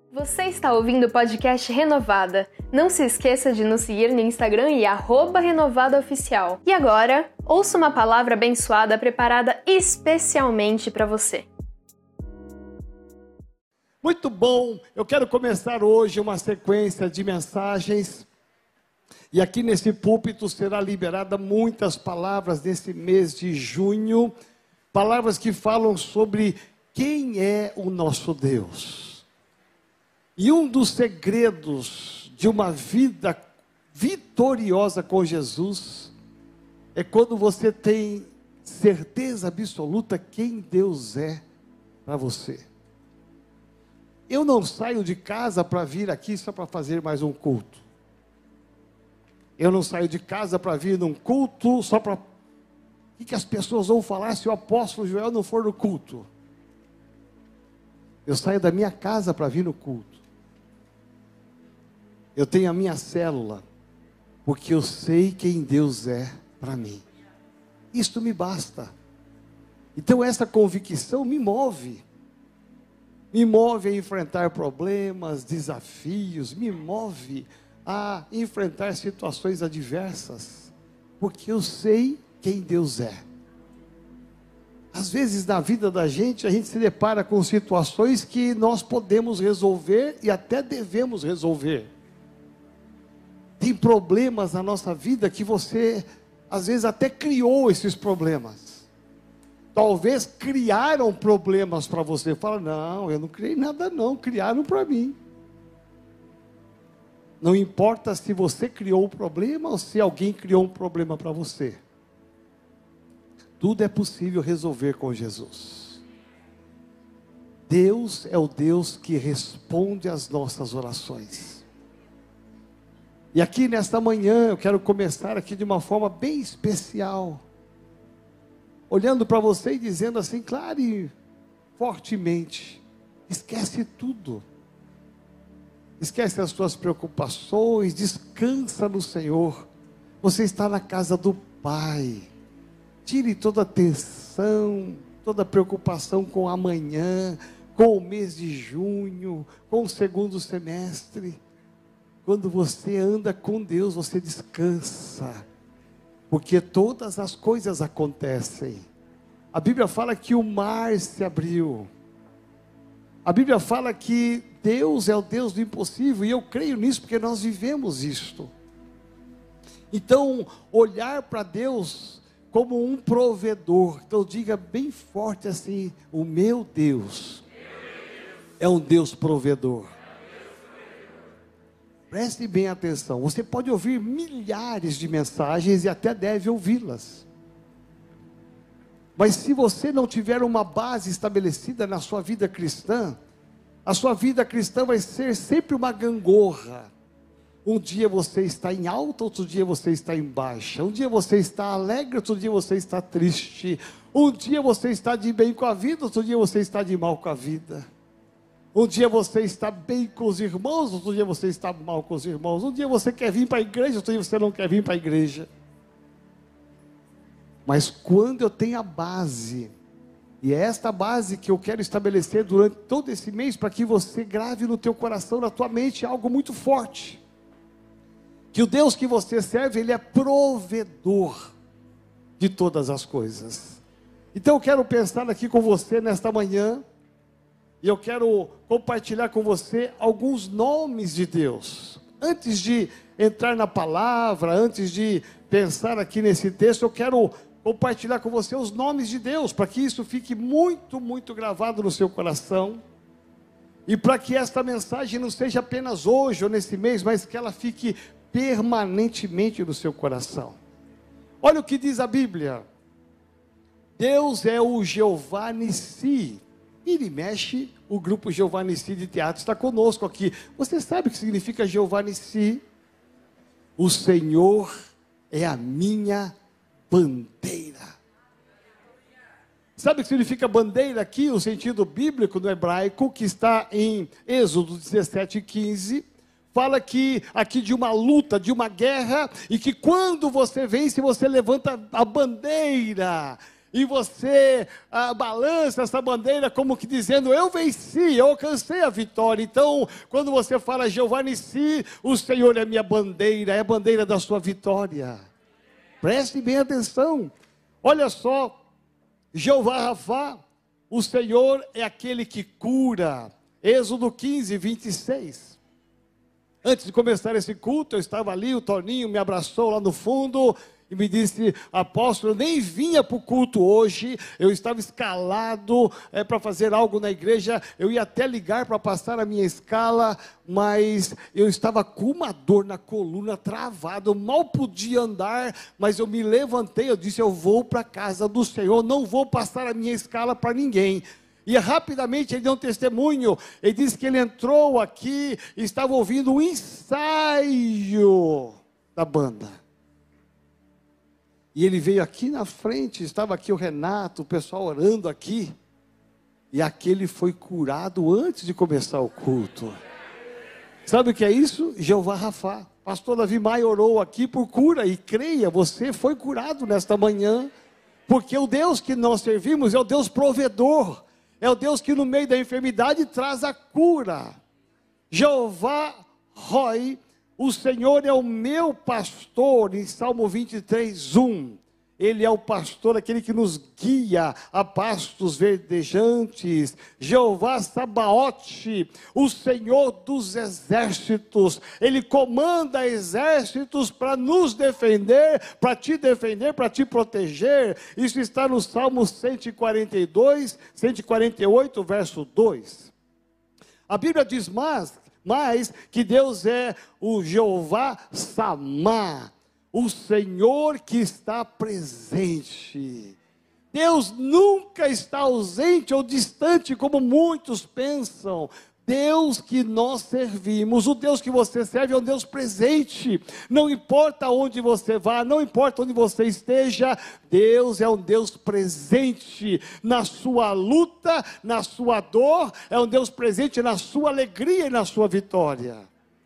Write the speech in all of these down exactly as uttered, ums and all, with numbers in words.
Você está ouvindo o podcast Renovada. Não se esqueça de nos seguir no Instagram e arroba Renovada Oficial. E agora, ouça uma palavra abençoada preparada especialmente para você. Muito bom, eu quero começar hoje uma sequência de mensagens. E aqui nesse púlpito será liberada muitas palavras nesse mês de junho. Palavras que falam sobre quem é o nosso Deus. E um dos segredos de uma vida vitoriosa com Jesus é quando você tem certeza absoluta quem Deus é para você. Eu não saio de casa para vir aqui só para fazer mais um culto. Eu não saio de casa para vir num culto só para... O que, que as pessoas vão falar se o apóstolo Joel não for no culto? Eu saio da minha casa para vir no culto. Eu tenho a minha célula, porque eu sei quem Deus é para mim. Isto me basta. Então essa convicção me move. Me move a enfrentar problemas, desafios, me move a enfrentar situações adversas, porque eu sei quem Deus é. Às vezes na vida da gente, a gente se depara com situações que nós podemos resolver e até devemos resolver. Tem problemas na nossa vida que você, às vezes, até criou esses problemas. Talvez criaram problemas para você. Fala, não, eu não criei nada não, criaram para mim. Não importa se você criou o problema ou se alguém criou um problema para você. Tudo é possível resolver com Jesus. Deus é o Deus que responde às nossas orações. E aqui nesta manhã eu quero começar aqui de uma forma bem especial. Olhando para você e dizendo assim, claro e fortemente, esquece tudo. Esquece as suas preocupações, descansa no Senhor. Você está na casa do Pai. Tire toda a tensão, toda a preocupação com amanhã, com o mês de junho, com o segundo semestre. Quando você anda com Deus, você descansa, porque todas as coisas acontecem. A Bíblia fala que o mar se abriu. A Bíblia fala que Deus é o Deus do impossível, e eu creio nisso porque nós vivemos isto. Então, olhar para Deus como um provedor. Então, diga bem forte assim, o meu Deus é um Deus provedor. Preste bem atenção, você pode ouvir milhares de mensagens e até deve ouvi-las. Mas se você não tiver uma base estabelecida na sua vida cristã, a sua vida cristã vai ser sempre uma gangorra. Um dia você está em alta, outro dia você está em baixa. Um dia você está alegre, outro dia você está triste. Um dia você está de bem com a vida, outro dia você está de mal com a vida. Um dia você está bem com os irmãos, outro dia você está mal com os irmãos. Um dia você quer vir para a igreja, outro dia você não quer vir para a igreja. Mas quando eu tenho a base, e é esta base que eu quero estabelecer durante todo esse mês, para que você grave no teu coração, na tua mente, algo muito forte. Que o Deus que você serve, Ele é provedor de todas as coisas. Então eu quero pensar aqui com você nesta manhã, e eu quero compartilhar com você alguns nomes de Deus. Antes de entrar na palavra, antes de pensar aqui nesse texto, eu quero compartilhar com você os nomes de Deus, para que isso fique muito, muito gravado no seu coração. E para que esta mensagem não seja apenas hoje ou nesse mês, mas que ela fique permanentemente no seu coração. Olha o que diz a Bíblia. Deus é o Jeová Nissi. Vira e mexe, o grupo Jeová Nissi de teatro está conosco aqui. Você sabe o que significa Jeová Nissi? O Senhor é a minha bandeira. Sabe o que significa bandeira aqui? O sentido bíblico no hebraico, que está em Êxodo dezessete, quinze. Fala que aqui de uma luta, de uma guerra, e que quando você vence, você levanta a bandeira. e você ah, balança essa bandeira como que dizendo, eu venci, eu alcancei a vitória. Então, quando você fala Jeová Nissi, o Senhor é minha bandeira, é a bandeira da sua vitória. Preste bem atenção, olha só, Jeová Rafá, o Senhor é aquele que cura. Êxodo quinze, vinte e seis. Antes de começar esse culto, eu estava ali, o Toninho me abraçou lá no fundo e me disse, apóstolo, eu nem vinha para o culto hoje, eu estava escalado é, para fazer algo na igreja, eu ia até ligar para passar a minha escala, mas eu estava com uma dor na coluna, travado, eu mal podia andar, mas eu me levantei, eu disse, eu vou para a casa do Senhor, não vou passar a minha escala para ninguém. E rapidamente ele deu um testemunho, ele disse que ele entrou aqui, estava ouvindo um ensaio da banda. E ele veio aqui na frente, estava aqui o Renato, o pessoal orando aqui. E aquele foi curado antes de começar o culto. Sabe o que é isso? Jeová Rafá. Pastor Davi Maia orou aqui por cura. E creia, você foi curado nesta manhã. Porque o Deus que nós servimos é o Deus provedor. É o Deus que no meio da enfermidade traz a cura. Jeová Roi. O Senhor é o meu pastor, em Salmo vinte e três, um. Ele é o pastor, aquele que nos guia a pastos verdejantes. Jeová Sabaote, o Senhor dos exércitos. Ele comanda exércitos para nos defender, para te defender, para te proteger. Isso está no Salmo cento e quarenta e dois, cento e quarenta e oito, verso dois. A Bíblia diz mais... Mas que Deus é o Jeová Samá, o Senhor que está presente. Deus nunca está ausente ou distante como muitos pensam. Deus que nós servimos, o Deus que você serve é um Deus presente. Não importa onde você vá, não importa onde você esteja, Deus é um Deus presente na sua luta, na sua dor, é um Deus presente na sua alegria e na sua vitória.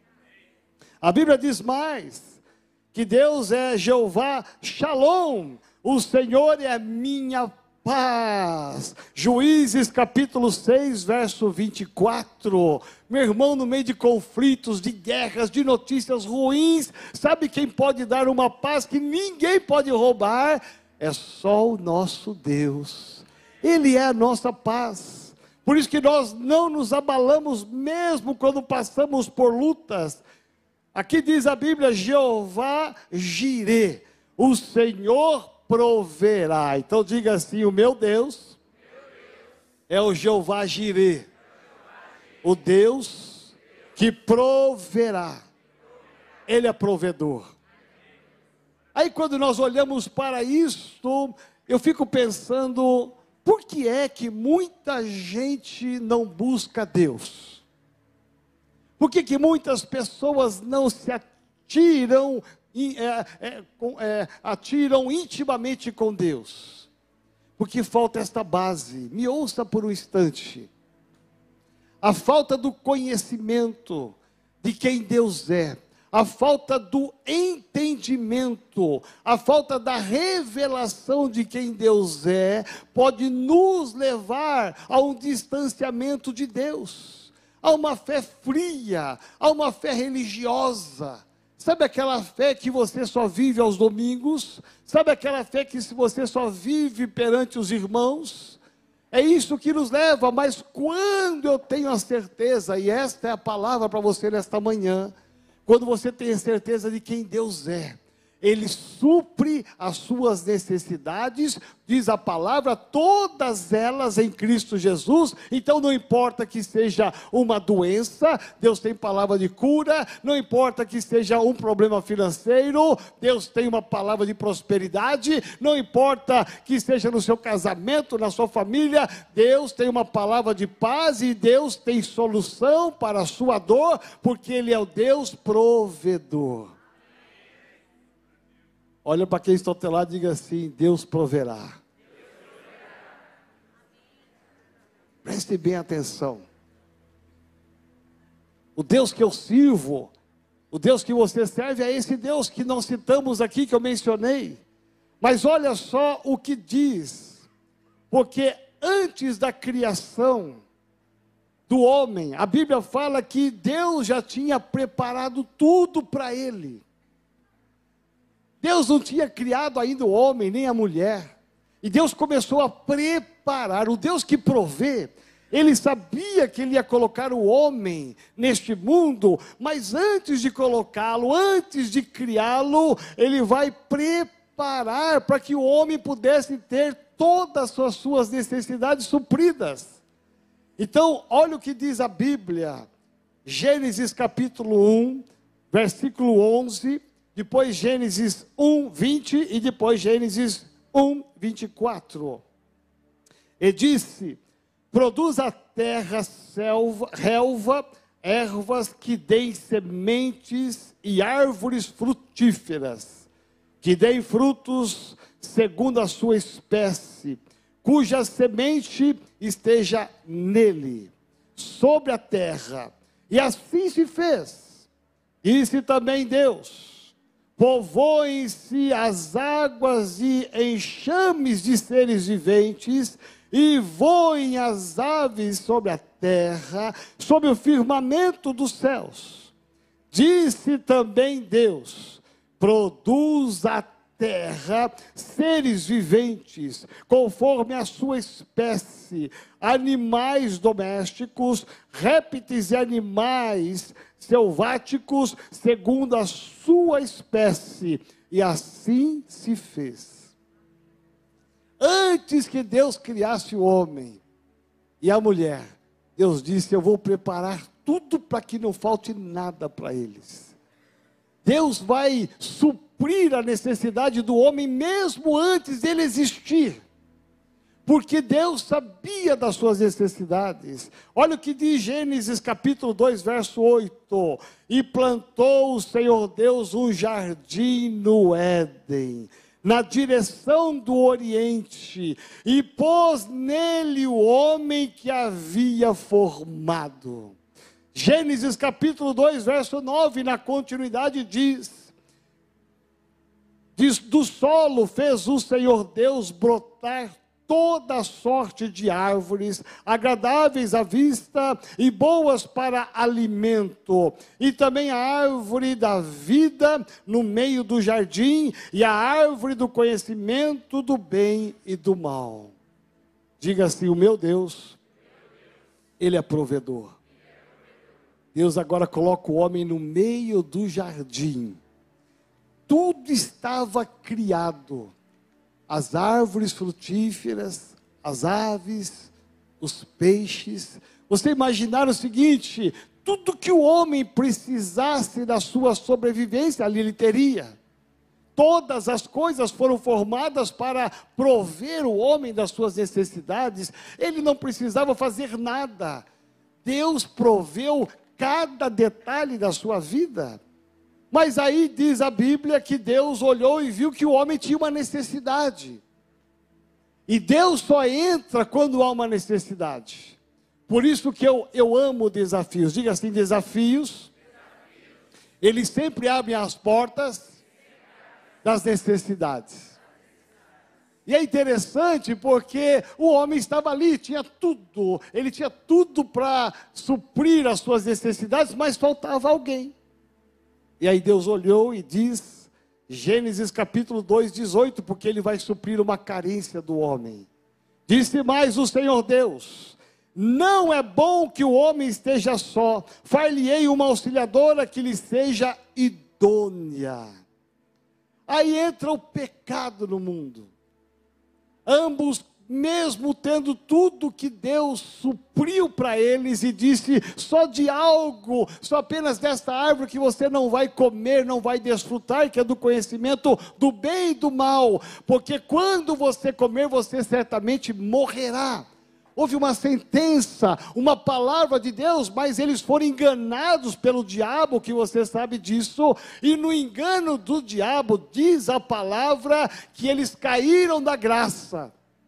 A Bíblia diz mais, que Deus é Jeová Shalom, o Senhor é a minha paz. Juízes capítulo seis, verso vinte e quatro. Meu irmão, no meio de conflitos, de guerras, de notícias ruins, sabe quem pode dar uma paz que ninguém pode roubar? É só o nosso Deus. Ele é a nossa paz. Por isso que nós não nos abalamos mesmo quando passamos por lutas. Aqui diz a Bíblia, Jeová Jirê, o Senhor proverá. Então diga assim, o meu Deus é o Jeová Jirê, o Deus que proverá. Ele é provedor. Aí quando nós olhamos para isto, eu fico pensando, por que é que muita gente não busca Deus? Por que que muitas pessoas não se atiram É, é, é, atiram intimamente com Deus? Porque falta esta base. Me ouça por um instante. A falta do conhecimento de quem Deus é, a falta do entendimento, a falta da revelação de quem Deus é, pode nos levar a um distanciamento de Deus, a uma fé fria, a uma fé religiosa. Sabe aquela fé que você só vive aos domingos? Sabe aquela fé que você só vive perante os irmãos? É isso que nos leva, mas quando eu tenho a certeza, e esta é a palavra para você nesta manhã, quando você tem a certeza de quem Deus é, Ele supre as suas necessidades, diz a palavra, todas elas em Cristo Jesus. Então não importa que seja uma doença, Deus tem palavra de cura. Não importa que seja um problema financeiro, Deus tem uma palavra de prosperidade. Não importa que seja no seu casamento, na sua família, Deus tem uma palavra de paz e Deus tem solução para a sua dor, porque Ele é o Deus provedor. Olha para quem está ao teu lado e diga assim, Deus proverá. Preste bem atenção. O Deus que eu sirvo, o Deus que você serve é esse Deus que nós citamos aqui, que eu mencionei. Mas olha só o que diz Porque antes da criação do homem, a Bíblia fala que Deus já tinha preparado tudo para ele. Deus não tinha criado ainda o homem, nem a mulher. E Deus começou a preparar. O Deus que provê, Ele sabia que Ele ia colocar o homem neste mundo, mas antes de colocá-lo, antes de criá-lo, Ele vai preparar para que o homem pudesse ter todas as suas necessidades supridas. Então, olha o que diz a Bíblia, Gênesis capítulo um, versículo onze, depois Gênesis um, vinte e depois Gênesis um, vinte e quatro. E disse: produz a terra selva, relva, ervas que deem sementes e árvores frutíferas, que deem frutos segundo a sua espécie, cuja semente esteja nele, sobre a terra. E assim se fez. Disse também Deus: povoem-se as águas e enxames de seres viventes, e voem as aves sobre a terra, sobre o firmamento dos céus. Disse também Deus: produz a terra seres viventes, conforme a sua espécie, animais domésticos, répteis e animais selváticos, segundo a sua espécie. E assim se fez. Antes que Deus criasse o homem e a mulher, Deus disse: eu vou preparar tudo para que não falte nada para eles. Deus vai suprir a necessidade do homem mesmo antes dele existir, porque Deus sabia das suas necessidades. Olha o que diz Gênesis capítulo dois, verso oito: e plantou o Senhor Deus um jardim no Éden, na direção do Oriente, e pôs nele o homem que havia formado. Gênesis capítulo dois, verso nove, na continuidade diz: diz, do solo fez o Senhor Deus brotar toda sorte de árvores, agradáveis à vista e boas para alimento, e também a árvore da vida no meio do jardim, e a árvore do conhecimento do bem e do mal. Diga assim: o meu Deus, Ele é provedor. Deus agora coloca o homem no meio do jardim. Tudo estava criado. As árvores frutíferas, as aves, os peixes. Você imaginar o seguinte: tudo que o homem precisasse da sua sobrevivência, ali ele teria. Todas as coisas foram formadas para prover o homem das suas necessidades. Ele não precisava fazer nada. Deus proveu cada detalhe da sua vida. Mas aí diz a Bíblia que Deus olhou e viu que o homem tinha uma necessidade. E Deus só entra quando há uma necessidade. Por isso que eu, eu amo desafios. Diga assim: desafios, eles sempre abrem as portas das necessidades. E é interessante porque o homem estava ali, tinha tudo. Ele tinha tudo para suprir as suas necessidades, mas faltava alguém. E aí Deus olhou e diz, Gênesis capítulo dois, dezoito, porque Ele vai suprir uma carência do homem. Disse mais o Senhor Deus: não é bom que o homem esteja só, far-lhe-ei uma auxiliadora que lhe seja idônea. Aí entra o pecado no mundo. Ambos, mesmo tendo tudo que Deus supriu para eles e disse: só de algo, só apenas desta árvore que você não vai comer, não vai desfrutar, que é do conhecimento do bem e do mal, porque quando você comer, você certamente morrerá. Houve uma sentença, uma palavra de Deus, mas eles foram enganados pelo diabo, que você sabe disso, e no engano do diabo, diz a palavra, que eles caíram da graça.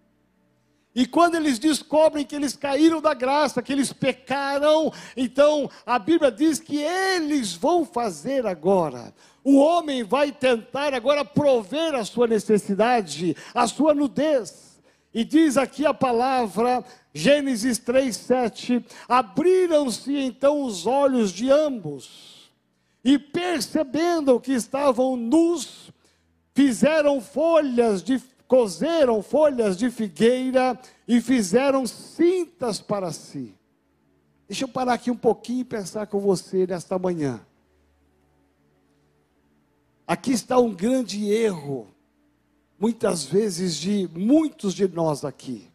E quando eles descobrem que eles caíram da graça, que eles pecaram, então a Bíblia diz que eles vão fazer agora. O homem vai tentar agora prover a sua necessidade, a sua nudez. E diz aqui a palavra, Gênesis três, sete, abriram-se então os olhos de ambos, e percebendo que estavam nus, fizeram folhas de, cozeram folhas de figueira, e fizeram cintas para si. Deixa eu parar aqui um pouquinho e pensar com você nesta manhã. Aqui está um grande erro, muitas vezes de muitos de nós aqui.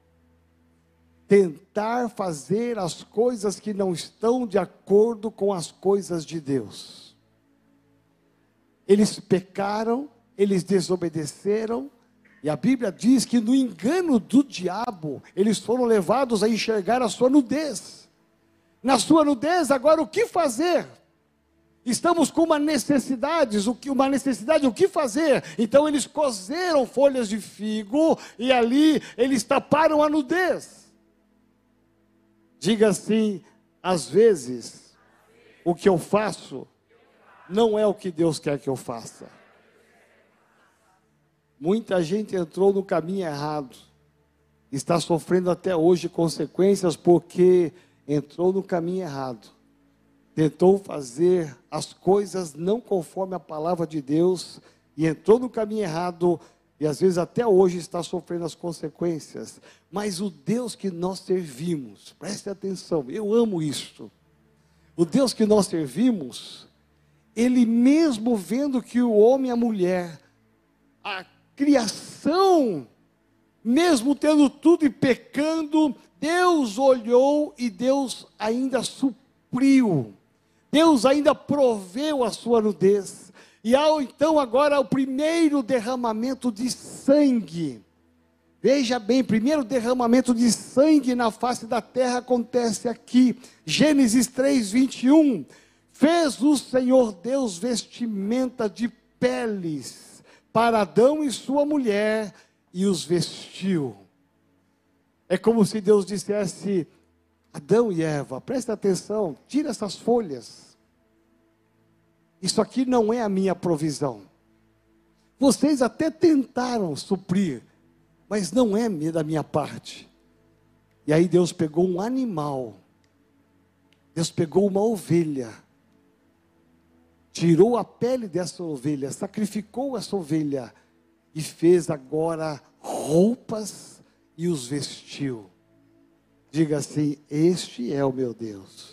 Tentar fazer as coisas que não estão de acordo com as coisas de Deus. Eles pecaram, eles desobedeceram, e a Bíblia diz que no engano do diabo, eles foram levados a enxergar a sua nudez. Na sua nudez, agora o que fazer? Estamos com uma necessidade, o que, uma necessidade, o que fazer? Então eles cozeram folhas de figo e ali eles taparam a nudez. Diga assim, às vezes, o que eu faço não é o que Deus quer que eu faça. Muita gente entrou no caminho errado, está sofrendo até hoje consequências porque entrou no caminho errado. Tentou fazer as coisas não conforme a palavra de Deus, e entrou no caminho errado, e às vezes até hoje está sofrendo as consequências. Mas o Deus que nós servimos, preste atenção, eu amo isto. O Deus que nós servimos, Ele mesmo vendo que o homem e a mulher, a criação, mesmo tendo tudo e pecando, Deus olhou e Deus ainda supriu. Deus ainda proveu a sua nudez. E há então agora o primeiro derramamento de sangue. Veja bem, primeiro derramamento de sangue na face da terra acontece aqui. Gênesis três, vinte e um. Fez o Senhor Deus vestimenta de peles para Adão e sua mulher e os vestiu. É como se Deus dissesse, Adão e Eva, presta atenção, tira essas folhas. Isso aqui não é a minha provisão. Vocês até tentaram suprir, mas não é da minha parte. E aí Deus pegou um animal, Deus pegou uma ovelha, tirou a pele dessa ovelha, sacrificou essa ovelha, e fez agora roupas e os vestiu. Diga assim, este é o meu Deus.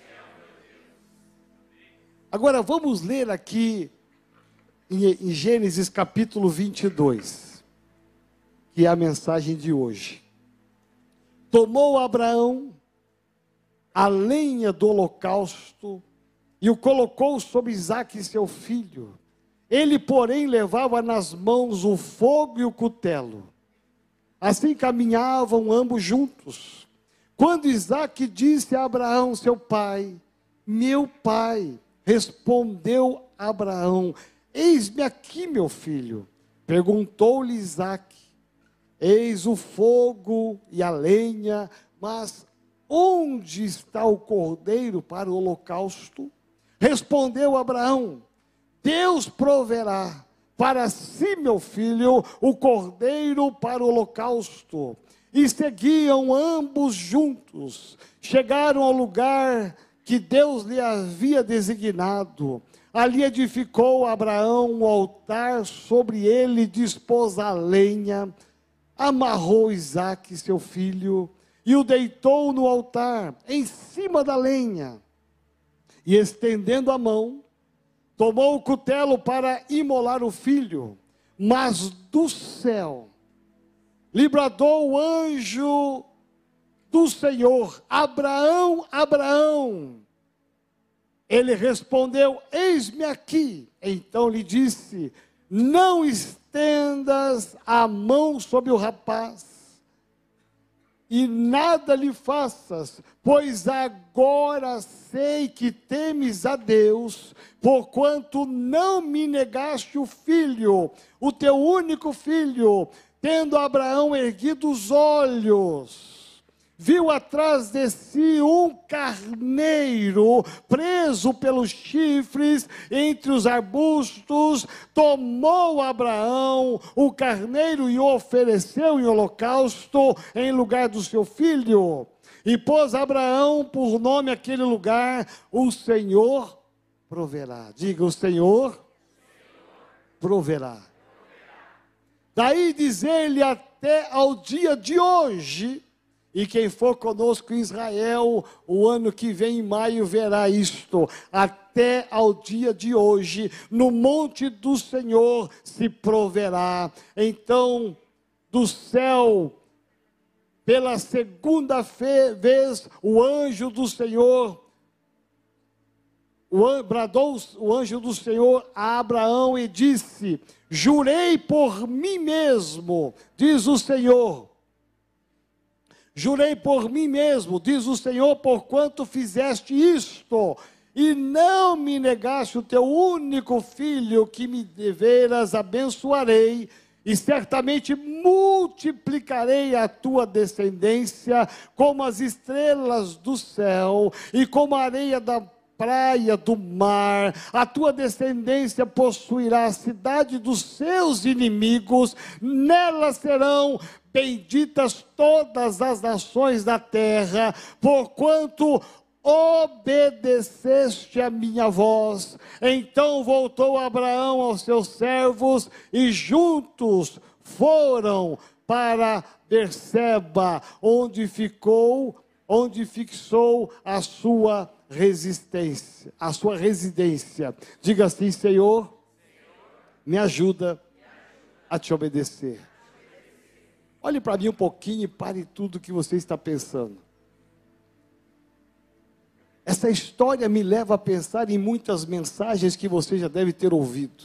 Agora vamos ler aqui em, em Gênesis capítulo vinte e dois, que é a mensagem de hoje. Tomou Abraão a lenha do holocausto e o colocou sobre Isaque seu filho. Ele, porém, levava nas mãos o fogo e o cutelo. Assim caminhavam ambos juntos. Quando Isaque disse a Abraão, seu pai, meu pai, respondeu Abraão, eis-me aqui, meu filho. Perguntou-lhe Isaque, eis o fogo e a lenha, mas onde está o cordeiro para o holocausto? Respondeu Abraão, Deus proverá para si, meu filho, o cordeiro para o holocausto. E seguiam ambos juntos, chegaram ao lugar que Deus lhe havia designado. Ali edificou Abraão um altar, sobre ele dispôs a lenha, amarrou Isaque, seu filho, e o deitou no altar, em cima da lenha. E estendendo a mão, tomou o cutelo para imolar o filho, mas do céu lhe bradou o anjo do Senhor, Abraão, Abraão. Ele respondeu, eis-me aqui. Então lhe disse, não estendas a mão sobre o rapaz, e nada lhe faças, pois agora sei que temes a Deus, porquanto não me negaste o filho, o teu único filho. Tendo Abraão erguido os olhos, viu atrás de si um carneiro preso pelos chifres entre os arbustos, tomou Abraão o carneiro e o ofereceu em holocausto em lugar do seu filho. E pôs Abraão por nome aquele lugar, o Senhor proverá. Diga, o Senhor proverá. Daí diz ele, até ao dia de hoje, e quem for conosco em Israel, o ano que vem em maio, verá isto. Até ao dia de hoje, no monte do Senhor se proverá. Então, do céu, pela segunda vez, o anjo do Senhor, o, bradou o anjo do Senhor a Abraão e disse, jurei por mim mesmo, diz o Senhor, jurei por mim mesmo, diz o Senhor, porquanto fizeste isto, e não me negaste o teu único filho, que me deveras abençoarei, e certamente multiplicarei a tua descendência, como as estrelas do céu, e como a areia da praia do mar. A tua descendência possuirá a cidade dos seus inimigos, nela serão benditas todas as nações da terra, porquanto obedeceste a minha voz. Então voltou Abraão aos seus servos, e juntos foram para Berseba, onde ficou, onde fixou a sua resistência, a sua residência. Diga assim, Senhor, me ajuda a te obedecer. Olhe para mim um pouquinho e pare tudo que você está pensando. Essa história me leva a pensar em muitas mensagens que você já deve ter ouvido.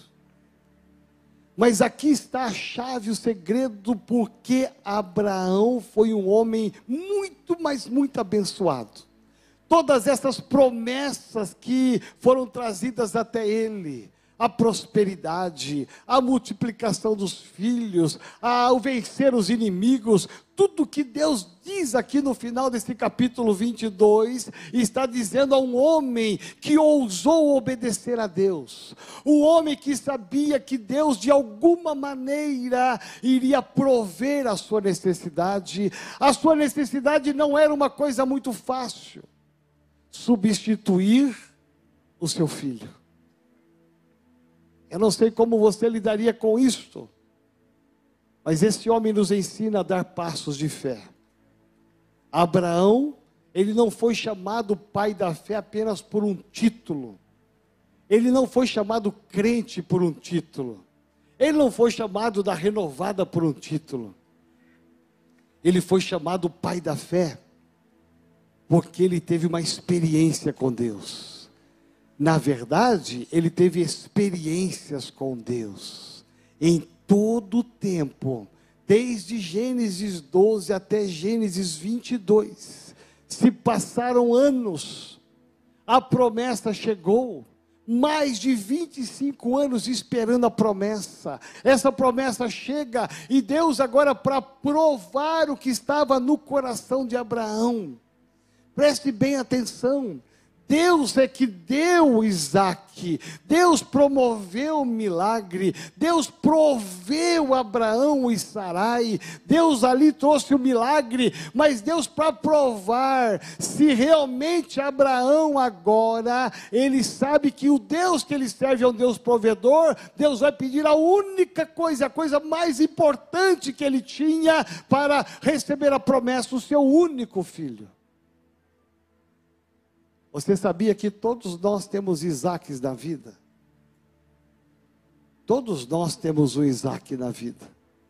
Mas aqui está a chave, o segredo, porque Abraão foi um homem muito, mas muito abençoado. Todas essas promessas que foram trazidas até ele, a prosperidade, a multiplicação dos filhos, a, o vencer os inimigos, tudo que Deus diz aqui no final desse capítulo vinte e dois, está dizendo a um homem que ousou obedecer a Deus, um homem que sabia que Deus de alguma maneira iria prover a sua necessidade. A sua necessidade não era uma coisa muito fácil, substituir o seu filho. Eu não sei como você lidaria com isto, mas esse homem nos ensina a dar passos de fé. Abraão, ele não foi chamado pai da fé apenas por um título. Ele não foi chamado crente por um título. Ele não foi chamado da renovada por um título. Ele foi chamado pai da fé, porque ele teve uma experiência com Deus. Na verdade, ele teve experiências com Deus, em todo o tempo, desde Gênesis doze até Gênesis vinte e dois, se passaram anos, a promessa chegou, mais de vinte e cinco anos esperando a promessa, essa promessa chega, e Deus agora, para provar o que estava no coração de Abraão, preste bem atenção, Deus é que deu Isaque, Deus promoveu o milagre, Deus proveu Abraão e Sarai, Deus ali trouxe o milagre, mas Deus, para provar se realmente Abraão agora, ele sabe que o Deus que ele serve é um Deus provedor, Deus vai pedir a única coisa, a coisa mais importante que ele tinha para receber a promessa, o seu único filho. Você sabia que todos nós temos Isaques na vida? Todos nós temos um Isaque na vida.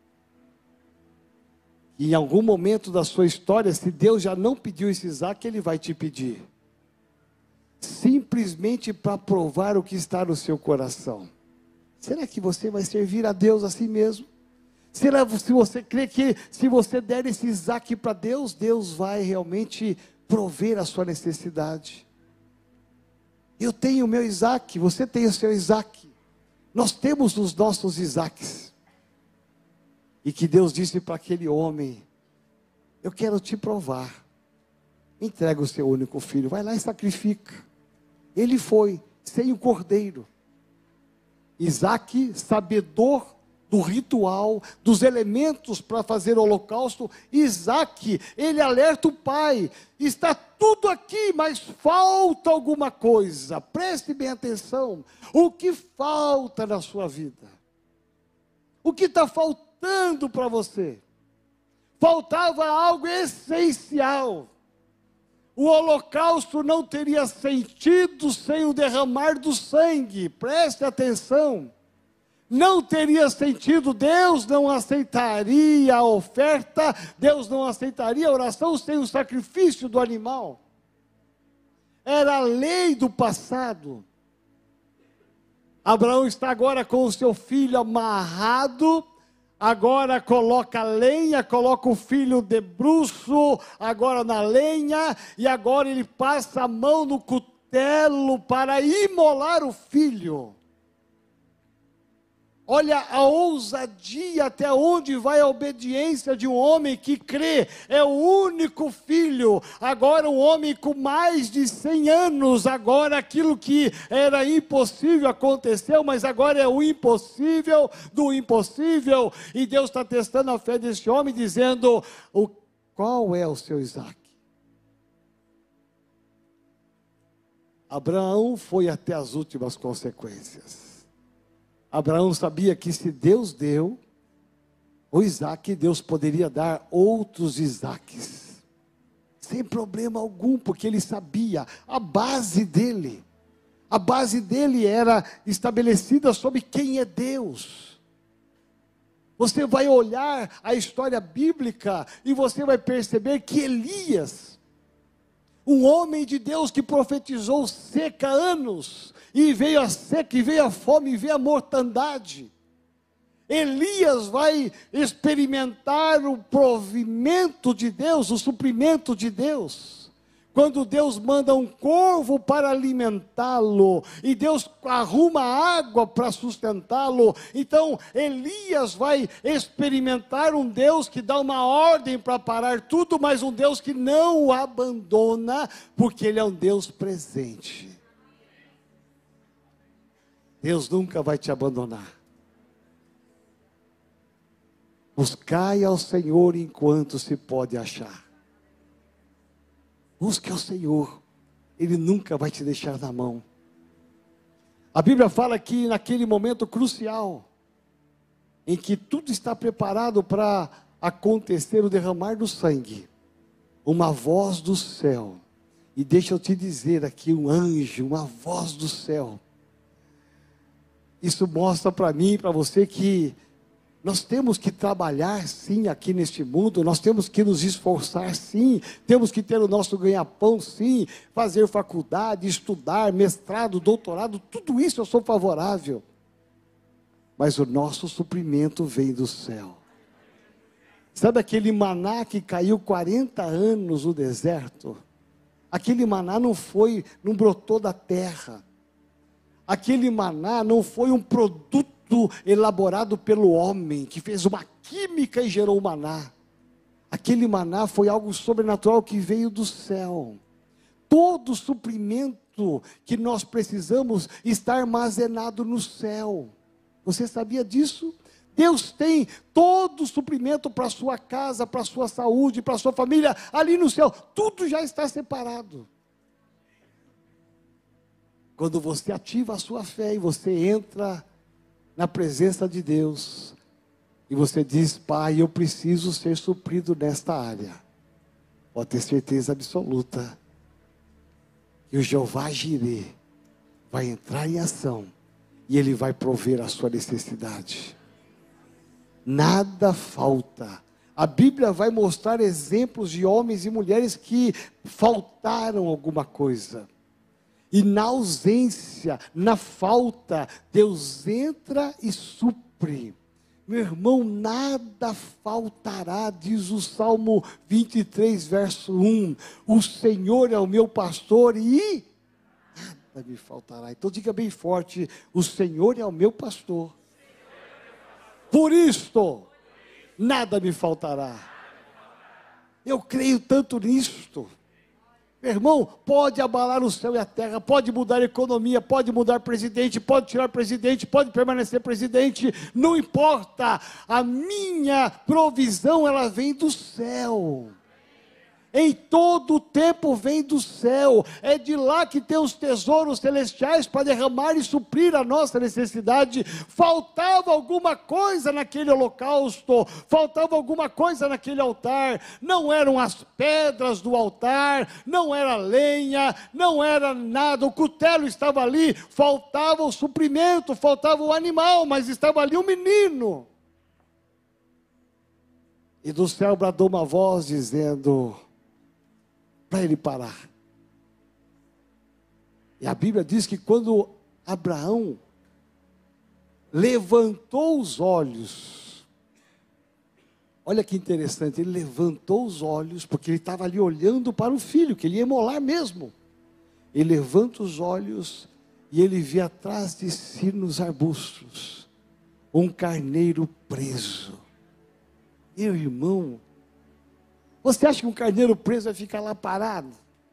E em algum momento da sua história, se Deus já não pediu esse Isaque, Ele vai te pedir. Simplesmente para provar o que está no seu coração. Será que você vai servir a Deus assim mesmo? Será se você crê que se você der esse Isaque para Deus, Deus vai realmente prover a sua necessidade? Eu tenho o meu Isaque, você tem o seu Isaque. Nós temos os nossos Isaques. E que Deus disse para aquele homem, eu quero te provar. entrega o seu único filho, vai lá e sacrifica. Ele foi, sem o cordeiro. Isaac, sabedor do ritual, dos elementos para fazer o holocausto, Isaac, ele alerta o pai, está tudo aqui, mas falta alguma coisa, preste bem atenção, o que falta na sua vida? O que está faltando para você? Faltava algo essencial. O holocausto não teria sentido sem o derramar do sangue, preste atenção. Não teria sentido, Deus não aceitaria a oferta, Deus não aceitaria a oração sem o sacrifício do animal. Era a lei do passado. Abraão está agora com o seu filho amarrado, agora coloca lenha, coloca o filho de bruço, agora na lenha, e agora ele passa a mão no cutelo para imolar o filho. Olha a ousadia, até onde vai a obediência de um homem que crê, é o único filho, agora um homem com mais de cem anos, agora aquilo que era impossível aconteceu, mas agora é o impossível do impossível, e Deus está testando a fé desse homem, dizendo, o, qual é o seu Isaac? Abraão foi até as últimas consequências. Abraão sabia que se Deus deu o Isaac, Deus poderia dar outros Isaques, sem problema algum, porque ele sabia a base dele, a base dele era estabelecida sobre quem é Deus. Você vai olhar a história bíblica e você vai perceber que Elias, um homem de Deus que profetizou seca anos, e veio a seca, e veio a fome, e veio a mortandade. Elias vai experimentar o provimento de Deus, o suprimento de Deus. Quando Deus manda um corvo para alimentá-lo, e Deus arruma água para sustentá-lo. Então Elias vai experimentar um Deus que dá uma ordem para parar tudo, mas um Deus que não o abandona, porque Ele é um Deus presente. Deus nunca vai te abandonar. Buscai ao Senhor enquanto se pode achar. Busque ao Senhor, Ele nunca vai te deixar na mão. A Bíblia fala que naquele momento crucial, em que tudo está preparado para acontecer o derramar do sangue, uma voz do céu, e deixa eu te dizer aqui, um anjo, uma voz do céu, isso mostra para mim e para você que nós temos que trabalhar sim aqui neste mundo, nós temos que nos esforçar sim, temos que ter o nosso ganha-pão sim, fazer faculdade, estudar, mestrado, doutorado, tudo isso eu sou favorável. Mas o nosso suprimento vem do céu. Sabe aquele maná que caiu quarenta anos no deserto? Aquele maná não foi, não brotou da terra. Aquele maná não foi um produto elaborado pelo homem, que fez uma química e gerou o maná. Aquele maná foi algo sobrenatural que veio do céu. Todo o suprimento que nós precisamos está armazenado no céu. Você sabia disso? Deus tem todo o suprimento para a sua casa, para a sua saúde, para a sua família, ali no céu. Tudo já está separado. Quando você ativa a sua fé e você entra na presença de Deus, e você diz, Pai, eu preciso ser suprido nesta área, pode ter certeza absoluta, que o Jeová Jirê vai entrar em ação, e Ele vai prover a sua necessidade. Nada falta. A Bíblia vai mostrar exemplos de homens e mulheres que faltaram alguma coisa. E na ausência, na falta, Deus entra e supre. Meu irmão, nada faltará, diz o Salmo vinte e três, verso um. O Senhor é o meu pastor e nada me faltará. Então diga bem forte, o Senhor é o meu pastor. Por isto, nada me faltará. Eu creio tanto nisto. Meu irmão, pode abalar o céu e a terra, pode mudar a economia, pode mudar presidente, pode tirar presidente, pode permanecer presidente, não importa. A minha provisão, ela vem do céu. Em todo o tempo vem do céu, é de lá que tem os tesouros celestiais para derramar e suprir a nossa necessidade. Faltava alguma coisa naquele holocausto, faltava alguma coisa naquele altar, não eram as pedras do altar, não era lenha, não era nada, o cutelo estava ali, faltava o suprimento, faltava o animal, mas estava ali um menino. E do céu bradou uma voz dizendo, para ele parar. E a Bíblia diz que quando Abraão levantou os olhos, olha que interessante, ele levantou os olhos, porque ele estava ali olhando para o filho, que ele ia imolar mesmo. Ele levanta os olhos e ele vê atrás de si nos arbustos um carneiro preso. Meu irmão, você acha que um carneiro preso vai ficar lá parado?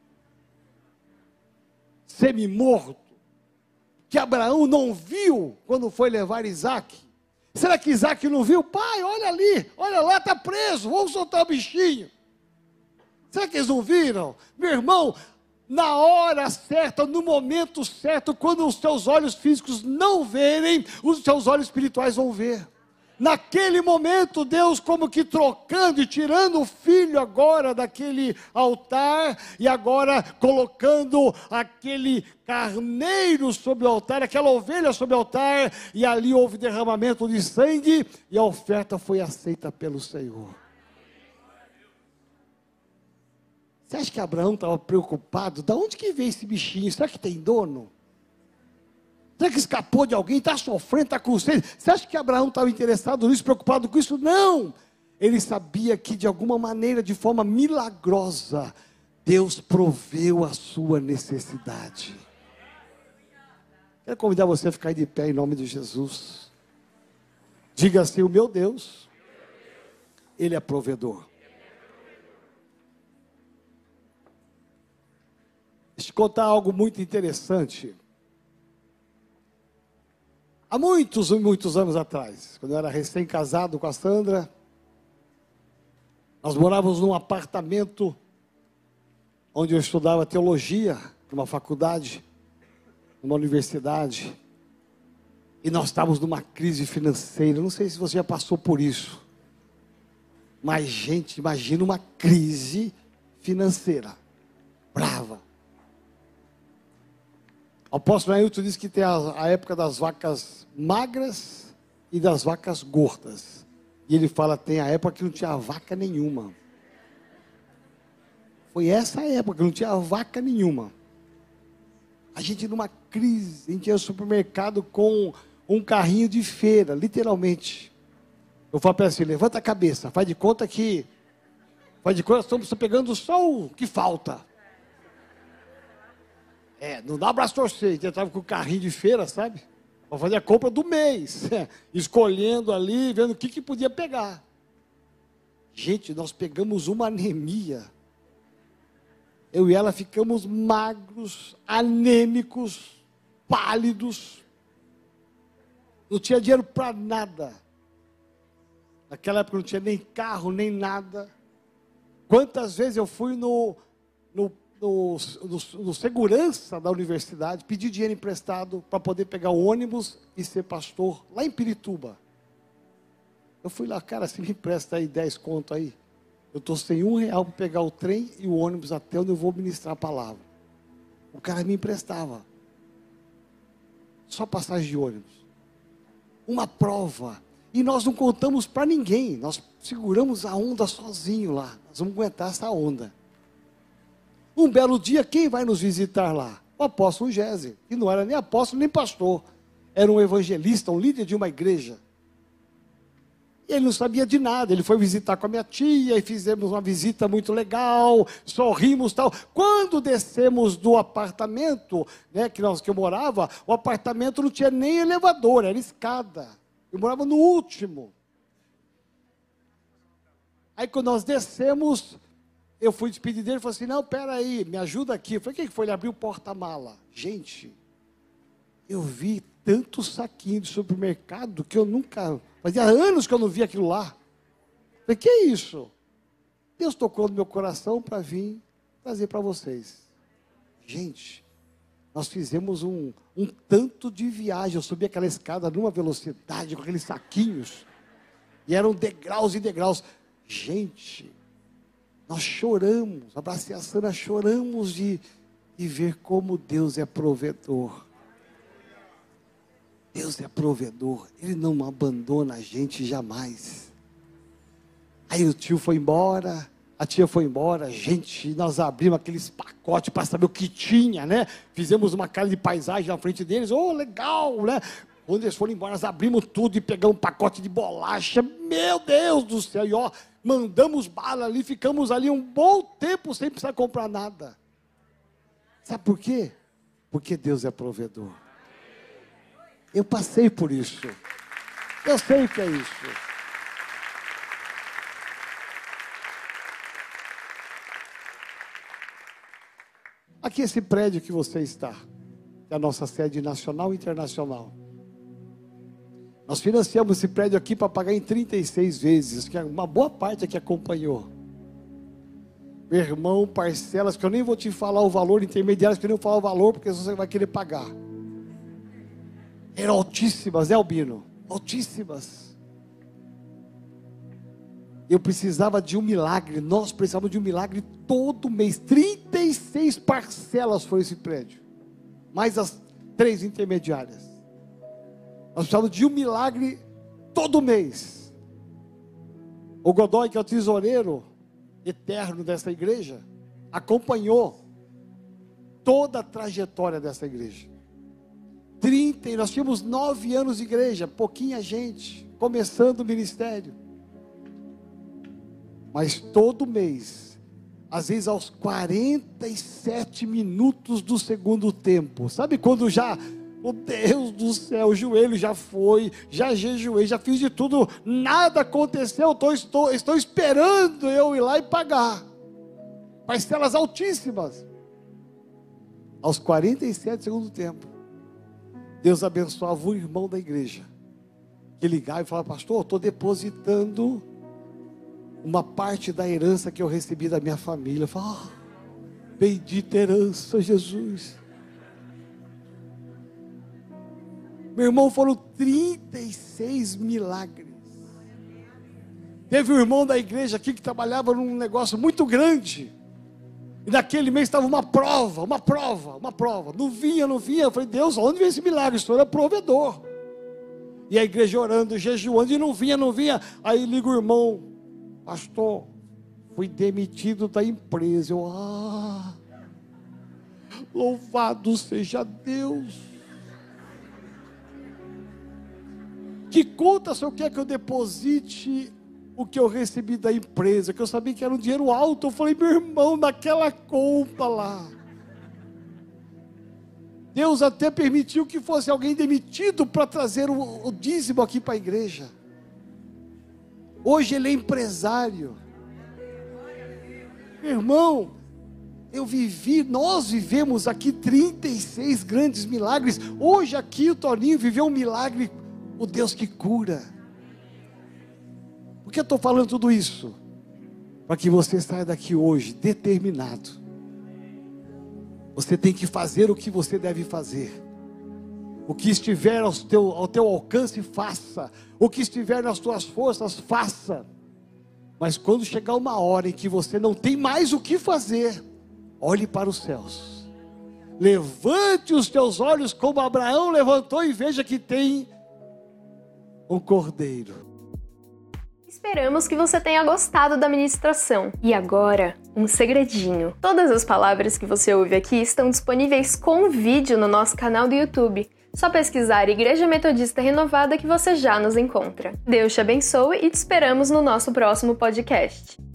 Semi-morto? Que Abraão não viu quando foi levar Isaac? Será que Isaac não viu? Pai, olha ali, olha lá, está preso, vamos soltar o bichinho. Será que eles não viram? Meu irmão, na hora certa, no momento certo, quando os teus olhos físicos não verem, os teus olhos espirituais vão ver. Naquele momento, Deus como que trocando e tirando o filho agora daquele altar, e agora colocando aquele carneiro sobre o altar, aquela ovelha sobre o altar, e ali houve derramamento de sangue, e a oferta foi aceita pelo Senhor. Você acha que Abraão estava preocupado? Da onde que veio esse bichinho? Será que tem dono? Será que escapou de alguém, está sofrendo, está com sede? Você acha que Abraão estava interessado nisso, preocupado com isso? Não! Ele sabia que de alguma maneira, de forma milagrosa, Deus proveu a sua necessidade. Quero convidar você a ficar de pé em nome de Jesus. Diga assim, o meu Deus, Ele é provedor. Deixa eu te contar algo muito interessante. Há muitos e muitos anos atrás, quando eu era recém-casado com a Sandra, nós morávamos num apartamento onde eu estudava teologia, numa faculdade, numa universidade, e nós estávamos numa crise financeira. Não sei se você já passou por isso, mas gente, imagina uma crise financeira, brava. O apóstolo Ailton diz que tem a, a época das vacas magras e das vacas gordas. E ele fala, tem a época que não tinha vaca nenhuma. Foi essa época que não tinha vaca nenhuma. A gente numa crise, a gente ia ao supermercado com um carrinho de feira, literalmente. Eu falo para ele assim, levanta a cabeça, faz de conta que, faz de conta que estamos pegando só o que falta. É, não dá abraço torcer, a gente estava com o carrinho de feira, sabe? Para fazer a compra do mês, é, escolhendo ali, vendo o que, que podia pegar. Gente, nós pegamos uma anemia. Eu e ela ficamos magros, anêmicos, pálidos. Não tinha dinheiro para nada. Naquela época não tinha nem carro, nem nada. Quantas vezes eu fui no... no No, no, no segurança da universidade, pedi dinheiro emprestado para poder pegar o ônibus e ser pastor, lá em Pirituba. Eu fui lá, cara, se me empresta aí dez conto aí, eu estou sem um real para pegar o trem e o ônibus até onde eu vou ministrar a palavra. O cara me emprestava, só passagem de ônibus, uma prova, e nós não contamos para ninguém, nós seguramos a onda sozinho lá, nós vamos aguentar essa onda. Um belo dia, quem vai nos visitar lá? O apóstolo Gésio, que não era nem apóstolo nem pastor, era um evangelista, um líder de uma igreja. E ele não sabia de nada, ele foi visitar com a minha tia, e fizemos uma visita muito legal, sorrimos e tal. Quando descemos do apartamento, né, que, nós, que eu morava, o apartamento não tinha nem elevador, era escada. Eu morava no último. Aí quando nós descemos... Eu fui despedir dele e falei assim, não, peraí, me ajuda aqui. Eu falei, o que foi? Ele abriu o porta-mala. Gente, eu vi tanto saquinho de supermercado que eu nunca... Fazia anos que eu não via aquilo lá. Eu falei, que é isso? Deus tocou no meu coração para vir trazer para vocês. Gente, nós fizemos um, um tanto de viagem. Eu subi aquela escada numa velocidade, com aqueles saquinhos. E eram degraus e degraus. Gente, nós choramos, abracei a Sandra, choramos de, de ver como Deus é provedor. Deus é provedor, Ele não abandona a gente jamais. Aí o tio foi embora, a tia foi embora, gente, nós abrimos aqueles pacotes para saber o que tinha, né? Fizemos uma cara de paisagem na frente deles, oh, legal, né? Quando eles foram embora, nós abrimos tudo e pegamos um pacote de bolacha, meu Deus do céu, e ó, mandamos bala ali, ficamos ali um bom tempo sem precisar comprar nada. Sabe por quê? Porque Deus é provedor. Eu passei por isso. Eu sei o que é isso. Aqui esse prédio que você está, é a nossa sede nacional e internacional. Nós financiamos esse prédio aqui para pagar em trinta e seis vezes, que é uma boa parte aqui acompanhou. Meu irmão, parcelas, que eu nem vou te falar o valor, intermediários, que eu nem vou falar o valor, porque você vai querer pagar. Eram altíssimas, né, Albino? Altíssimas. Eu precisava de um milagre, nós precisávamos de um milagre todo mês. trinta e seis parcelas foi esse prédio, mais as três intermediárias. Nós precisávamos de um milagre todo mês. O Godoy, que é o tesoureiro eterno dessa igreja, acompanhou toda a trajetória dessa igreja. trinta, nós tínhamos nove anos de igreja, pouquinha gente, começando o ministério. Mas todo mês, às vezes aos quarenta e sete minutos do segundo tempo, sabe quando já, oh Deus do céu, o joelho já foi, já jejuei, já fiz de tudo, nada aconteceu, tô, estou, estou esperando eu ir lá e pagar, parcelas altíssimas. Aos quarenta e sete do segundo tempo, Deus abençoava o irmão da igreja, que ligava e falava, pastor, estou depositando uma parte da herança que eu recebi da minha família. Eu falava, oh, bendita herança, Jesus. Meu irmão, foram trinta e seis milagres. Teve um irmão da igreja aqui que trabalhava num negócio muito grande, e naquele mês estava uma prova, uma prova, uma prova, não vinha, não vinha. Eu falei, Deus, onde vem esse milagre? O Senhor é provedor. E a igreja orando, jejuando, e não vinha, não vinha. Aí liga o irmão, pastor, fui demitido da empresa. Eu, ah, louvado seja Deus. Que conta o senhor quer que eu deposite o que eu recebi da empresa, que eu sabia que era um dinheiro alto? Eu falei, meu irmão, naquela conta lá, Deus até permitiu que fosse alguém demitido para trazer o, o dízimo aqui para a igreja. Hoje ele é empresário. Meu irmão, eu vivi, nós vivemos aqui trinta e seis grandes milagres. Hoje aqui o Toninho viveu um milagre, o Deus que cura. Por que eu estou falando tudo isso? Para que você saia daqui hoje determinado. Você tem que fazer o que você deve fazer. O que estiver ao teu, ao teu alcance, faça. O que estiver nas tuas forças, faça. Mas quando chegar uma hora em que você não tem mais o que fazer, olhe para os céus. Levante os teus olhos como Abraão levantou e veja que tem um cordeiro. Esperamos que você tenha gostado da ministração. E agora, um segredinho. Todas as palavras que você ouve aqui estão disponíveis com vídeo no nosso canal do YouTube. Só pesquisar Igreja Metodista Renovada que você já nos encontra. Deus te abençoe e te esperamos no nosso próximo podcast.